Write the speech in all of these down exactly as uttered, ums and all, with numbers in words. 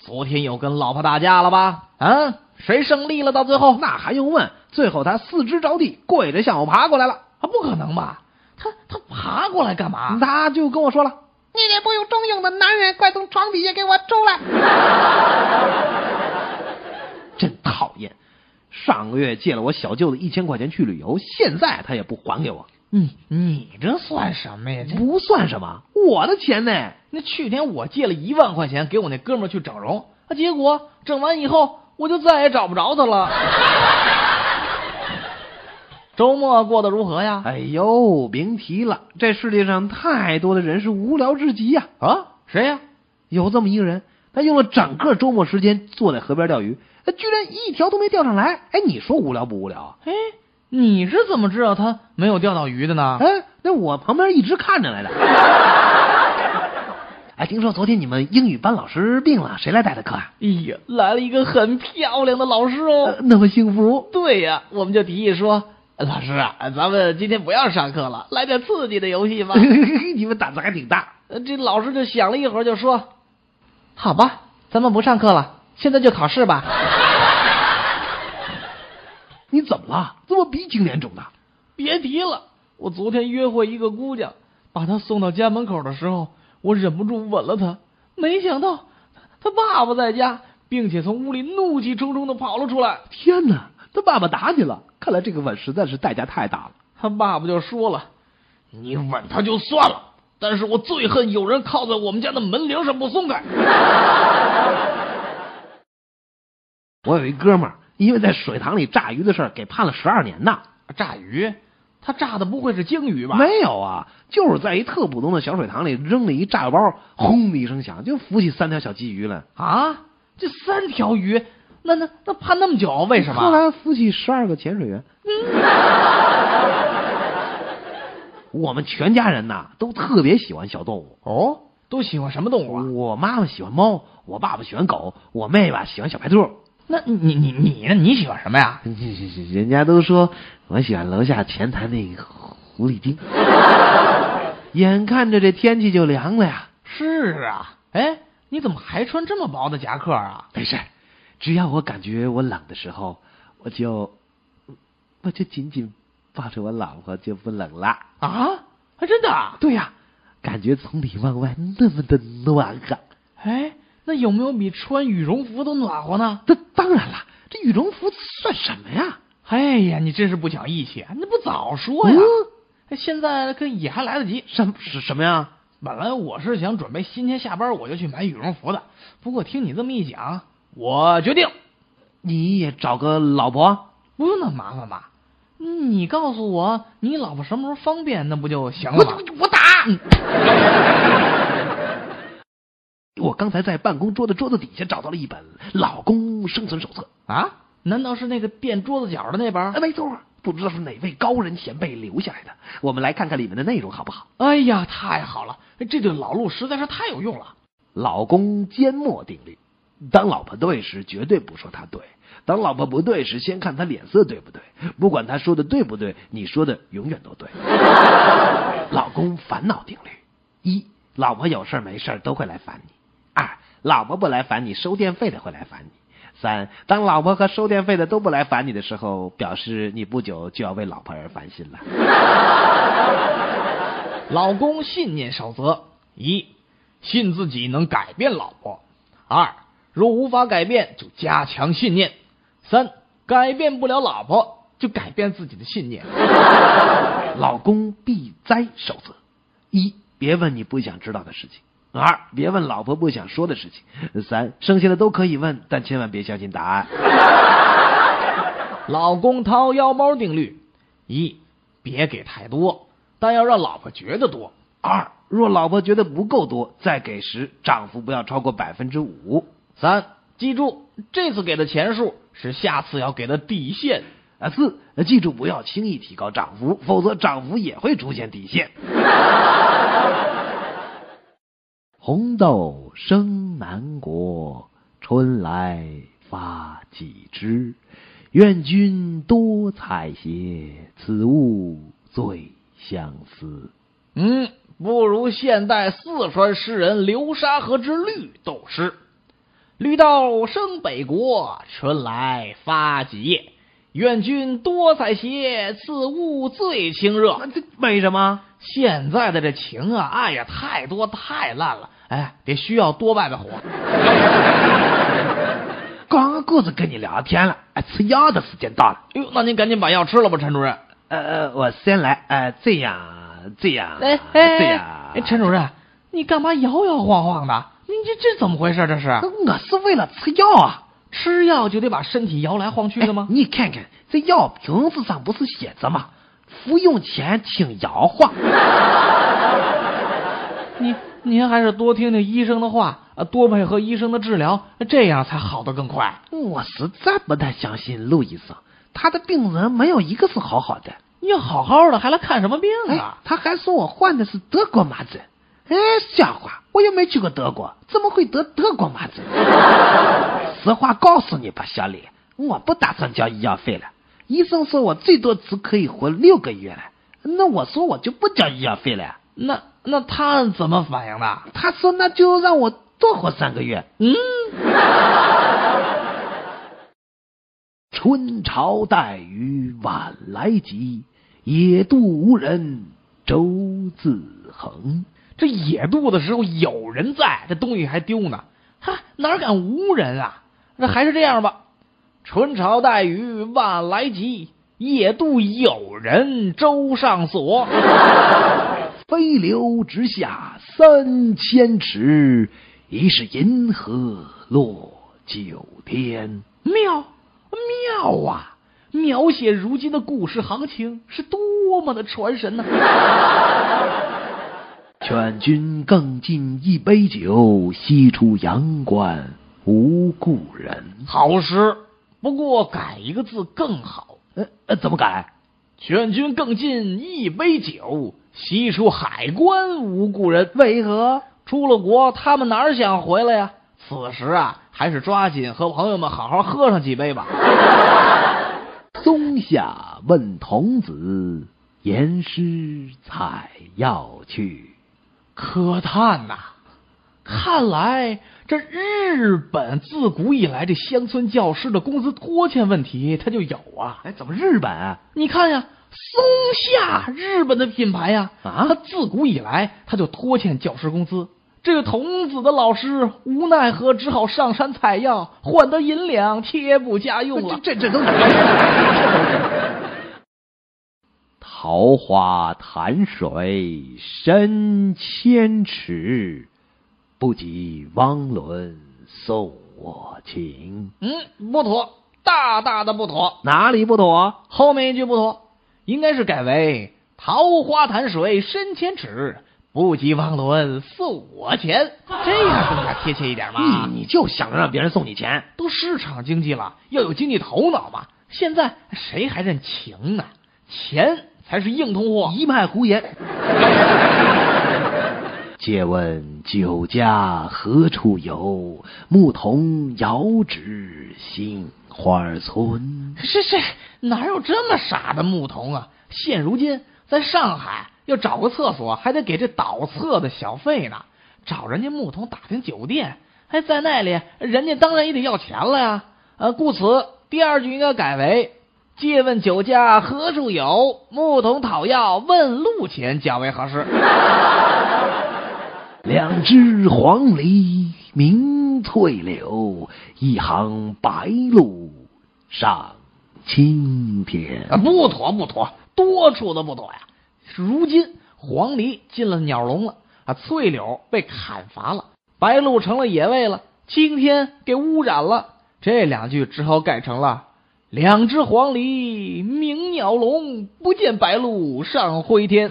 昨天又跟老婆打架了吧？啊，谁胜利了？到最后那还用问？最后他四肢着地，跪着向我爬过来了。 啊，不可能吧？他他爬过来干嘛？ 他就跟我说了：“ 你这不有中用的男人，快从床底下给我出来！” 真讨厌！上个月借了我小舅子一千块钱去旅游，现在他也不还给我。 你你这算什么呀？这不算什么，我的钱呢？ 那去年我借了一万块钱给我那哥们儿去整容，啊，结果整完以后我就再也找不着他了。周末过得如何呀？ 哎呦，别提了，这世界上太多的人是无聊至极呀！ 啊，谁呀？ 有这么一个人，他用了整个周末时间坐在河边钓鱼，他居然一条都没钓上来。哎，你说无聊不无聊啊？ 哎，你是怎么知道他没有钓到鱼的呢？ 哎，那我旁边一直看着来的。哎，听说昨天你们英语班老师病了，谁来带的课啊？ 哎呀，来了一个很漂亮的老师哦， 呃、那么幸福。 对呀，我们就提议说，老师啊，咱们今天不要上课了，来点刺激的游戏吧。 你们胆子还挺大。 这老师就想了一会儿，就说：“好吧，咱们不上课了，现在就考试吧。” 你怎么了？这么鼻青脸肿的？ 别提了，我昨天约会一个姑娘，把她送到家门口的时候，我忍不住吻了她，没想到她爸爸在家，并且从屋里怒气冲冲的跑了出来。 天哪，他爸爸打你了！看来这个吻实在是代价太大了。 他爸爸就说了：“你吻他就算了，但是我最恨有人靠在我们家的门铃上不松开。” 我有一哥们儿，因为在水塘里炸鱼的事儿给判了十二年呢。 炸鱼？他炸的不会是鲸鱼吧？ 没有啊，就是在一特普通的小水塘里扔了一炸药包，轰的一声响，就浮起三条小鲫鱼来。 啊，这三条鱼，那那那判那么久，为什么？ 后来浮起十二个潜水员。嗯、我们全家人呐都特别喜欢小动物。 哦，都喜欢什么动物啊？ 我妈妈喜欢猫，我爸爸喜欢狗，我妹吧喜欢小白兔。 那你你你呢？你喜欢什么呀？ 人家都说我喜欢楼下前台那个狐狸精。眼看着这天气就凉了呀。 是啊，哎，你怎么还穿这么薄的夹克啊？ 没事，只要我感觉我冷的时候，我就我就紧紧抱着我老婆，就不冷了。 啊？还真的？ 对呀、啊，感觉从里往外那么的暖和。 哎，那有没有比穿羽绒服都暖和呢？ 这当然了，这羽绒服算什么呀？ 哎呀，你真是不讲义气啊！你不早说呀？嗯、现在可也还来得及。 什是什么呀？ 本来我是想准备今天下班我就去买羽绒服的，不过听你这么一讲，我决定， 你也找个老婆， 不用那么麻烦吧？你告诉我你老婆什么时候方便，那不就行了吗？ 我, 我打！我刚才在办公桌的桌子底下找到了一本《老公生存手册》 啊？难道是那个垫桌子角的那本？ 啊，没错，不知道是哪位高人前辈留下来的。我们来看看里面的内容好不好？ 哎呀，太好了！这对老陆实在是太有用了。 老公缄默定律：当老婆对时，绝对不说她对；当老婆不对时，先看她脸色对不对。不管她说的对不对，你说的永远都对。老公烦恼定律：一，老婆有事没事都会来烦你；二，老婆不来烦你，收电费的会来烦你；三，当老婆和收电费的都不来烦你的时候，表示你不久就要为老婆而烦心了。 老公信念守则：一，信自己能改变老婆；二，若无法改变，就加强信念；三，改变不了老婆，就改变自己的信念。 老公避灾守则：一，别问你不想知道的事情；二，别问老婆不想说的事情；三，剩下的都可以问，但千万别相信答案。 老公掏腰包定律：一，别给太多，但要让老婆觉得多； 二，若老婆觉得不够多，再给时，涨幅不要超过百分之五； 三，记住这次给的钱数是下次要给的底线； 啊，四，记住不要轻易提高涨幅，否则涨幅也会出现底线。红豆生南国，春来发几枝。愿君多采撷，此物最相思。 嗯，不如现代四川诗人流沙河之绿豆诗： 吕道生北国，春来发几叶。愿君多采撷，此物最清热。 这为什么？ 现在的这情啊爱呀太多太烂了，哎，得需要多外边火。 刚顾着跟你聊天了，哎，吃药的时间到了。 哟，那您赶紧把药吃了吧，陈主任。 呃，我先来，呃，这样，这样， 哎哎， 这样。 哎，陈主任，你干嘛摇摇晃晃的？你这这怎么回事？这是？ 我是为了吃药啊。 吃药就得把身体摇来晃去的吗？ 哎、你看看这药瓶子上不是写着吗？服用前请摇晃。 你您还是多听听医生的话，多配合医生的治疗，这样才好得更快。 我实在不太相信陆医生，他的病人没有一个是好好的。 你好好的还来看什么病啊？ 哎、他还说我患的是德国麻疹。哎，瞎话，我又没去过德国，怎么会得德国麻疹？实话告诉你吧，小李，我不打算交医药费了。医生说我最多只可以活六个月了，那我说我就不交医药费了。 那那他怎么反应的？ 他说那就让我多活三个月。 嗯。 春潮带雨晚来急，野渡无人舟自横。 这野渡的时候有人在，这东西还丢呢，哈，哪敢无人啊？那还是这样吧。春潮带雨晚来急，野渡有人舟上锁。 飞流直下三千尺，疑是银河落九天。 妙妙啊！描写如今的股市行情是多么的传神呢、啊！ 劝君更尽一杯酒，西出阳关无故人。 好诗，不过改一个字更好。 呃呃，怎么改？ 劝君更尽一杯酒，西出海关无故人。 为何？ 出了国，他们哪儿想回来呀？此时啊，还是抓紧和朋友们好好喝上几杯吧。 松下问童子，言师采药去。 可叹呐、啊，看来这日本自古以来这乡村教师的工资拖欠问题，它就有啊。 哎，怎么日本啊？ 你看呀，松下日本的品牌呀， 啊， 它自古以来它就拖欠教师工资。这个童子的老师无奈何，只好上山采药，换得银两，贴补家用了。 这这这都哪儿？桃花潭水深千尺，不及汪伦送我情。 嗯，不妥，大大的不妥。 哪里不妥？ 后面一句不妥，应该是改为桃花潭水深千尺，不及汪伦送我钱，这样更加贴切一点嘛。 你你就想让别人送你钱？ 都市场经济了，要有经济头脑嘛。现在谁还认情呢？钱才是硬通货。 一派胡言。借问酒家何处有？牧童遥指杏花村。 是是，哪有这么傻的牧童啊？现如今在上海要找个厕所，还得给这倒厕的小费呢。找人家牧童打听酒店，还在那里，人家当然也得要钱了呀。呃，故此第二句应该改为借问酒家何处有？牧童讨要问路钱，较为合适。 两只黄鹂鸣翠柳，一行白鹭上青天。 啊，不妥不妥，多处都不妥呀！如今黄鹂进了鸟笼了，啊，翠柳被砍伐了，白鹭成了野味了，青天给污染了。这两句只好改成了：两只黄鹂鸣鸟笼，不见白鹭上灰天。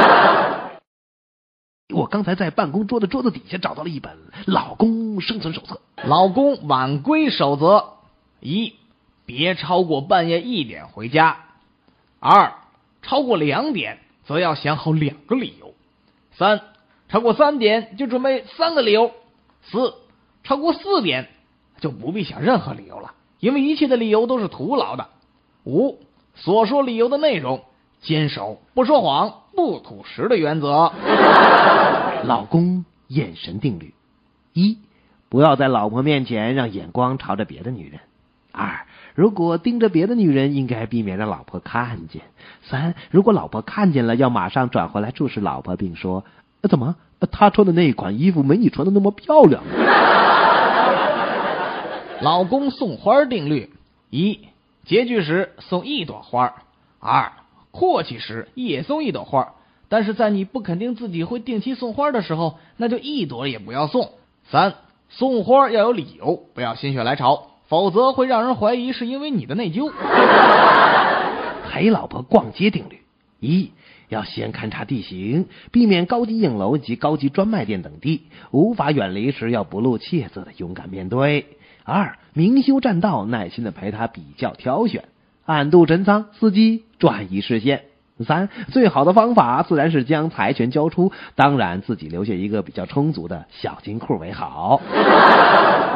我刚才在办公桌的桌子底下找到了一本《老公生存手册》。 老公晚归守则：一，别超过半夜一点回家；二，超过两点则要想好两个理由；三，超过三点就准备三个理由；四，超过四点就不必想任何理由了，因为一切的理由都是徒劳的；五，所说理由的内容坚守不说谎、不吐实的原则。 老公眼神定律：一， 不要在老婆面前让眼光朝着别的女人。二，如果盯着别的女人，应该避免让老婆看见。三，如果老婆看见了，要马上转回来注视老婆，并说：怎么，她穿的那一款衣服没你穿的那么漂亮。 老公送花定律：一、拮据时送一朵花；二、阔气时也送一朵花，但是在你不肯定自己会定期送花的时候，那就一朵也不要送。三、送花要有理由，不要心血来潮，否则会让人怀疑是因为你的内疚。 陪老婆逛街定律：一、要先勘察地形，避免高级影楼及高级专卖店等地，无法远离时要不露怯色的勇敢面对。二、明修栈道，耐心的陪他比较挑选，暗度陈仓，伺机转移视线。三、最好的方法自然是将财权交出，当然自己留下一个比较充足的小金库为好。